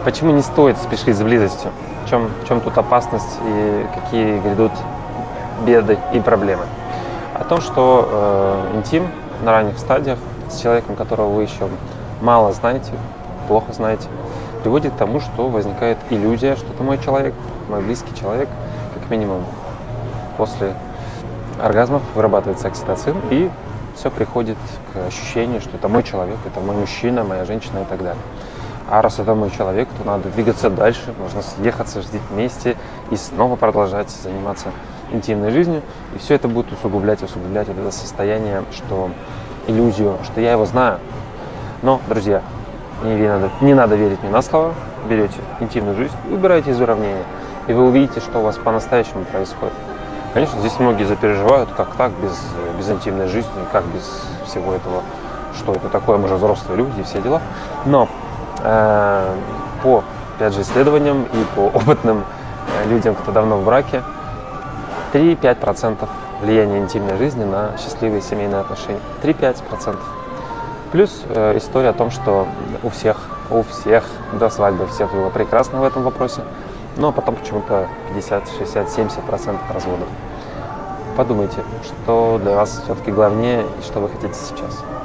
Почему не стоит спешить с близостью? В чем тут опасность и какие грядут беды и проблемы? О том, что интим на ранних стадиях с человеком, которого вы еще мало знаете, плохо знаете, приводит к тому, что возникает иллюзия, что это мой человек, мой близкий человек, как минимум. После оргазмов вырабатывается окситоцин, и все приходит к ощущению, что это мой человек, это мой мужчина, моя женщина и так далее. А раз это мой человек, то надо двигаться дальше, можно съехаться, жить вместе и снова продолжать заниматься интимной жизнью. И все это будет усугублять вот это состояние, что иллюзию, что я его знаю. Но, друзья, не надо верить мне на слово. Берете интимную жизнь, убираете из уравнения, и вы увидите, что у вас по-настоящему происходит. Конечно, здесь многие запереживают, как так, без интимной жизни, как без всего этого, что это такое, мы же взрослые люди, все дела. Но по, опять же, исследованиям и по опытным людям, кто давно в браке, 3-5% влияния интимной жизни на счастливые семейные отношения. 3-5%. Плюс история о том, что у всех до свадьбы всех было прекрасно в этом вопросе, но потом почему-то 50, 60, 70% разводов. Подумайте, что для вас все-таки главнее и что вы хотите сейчас.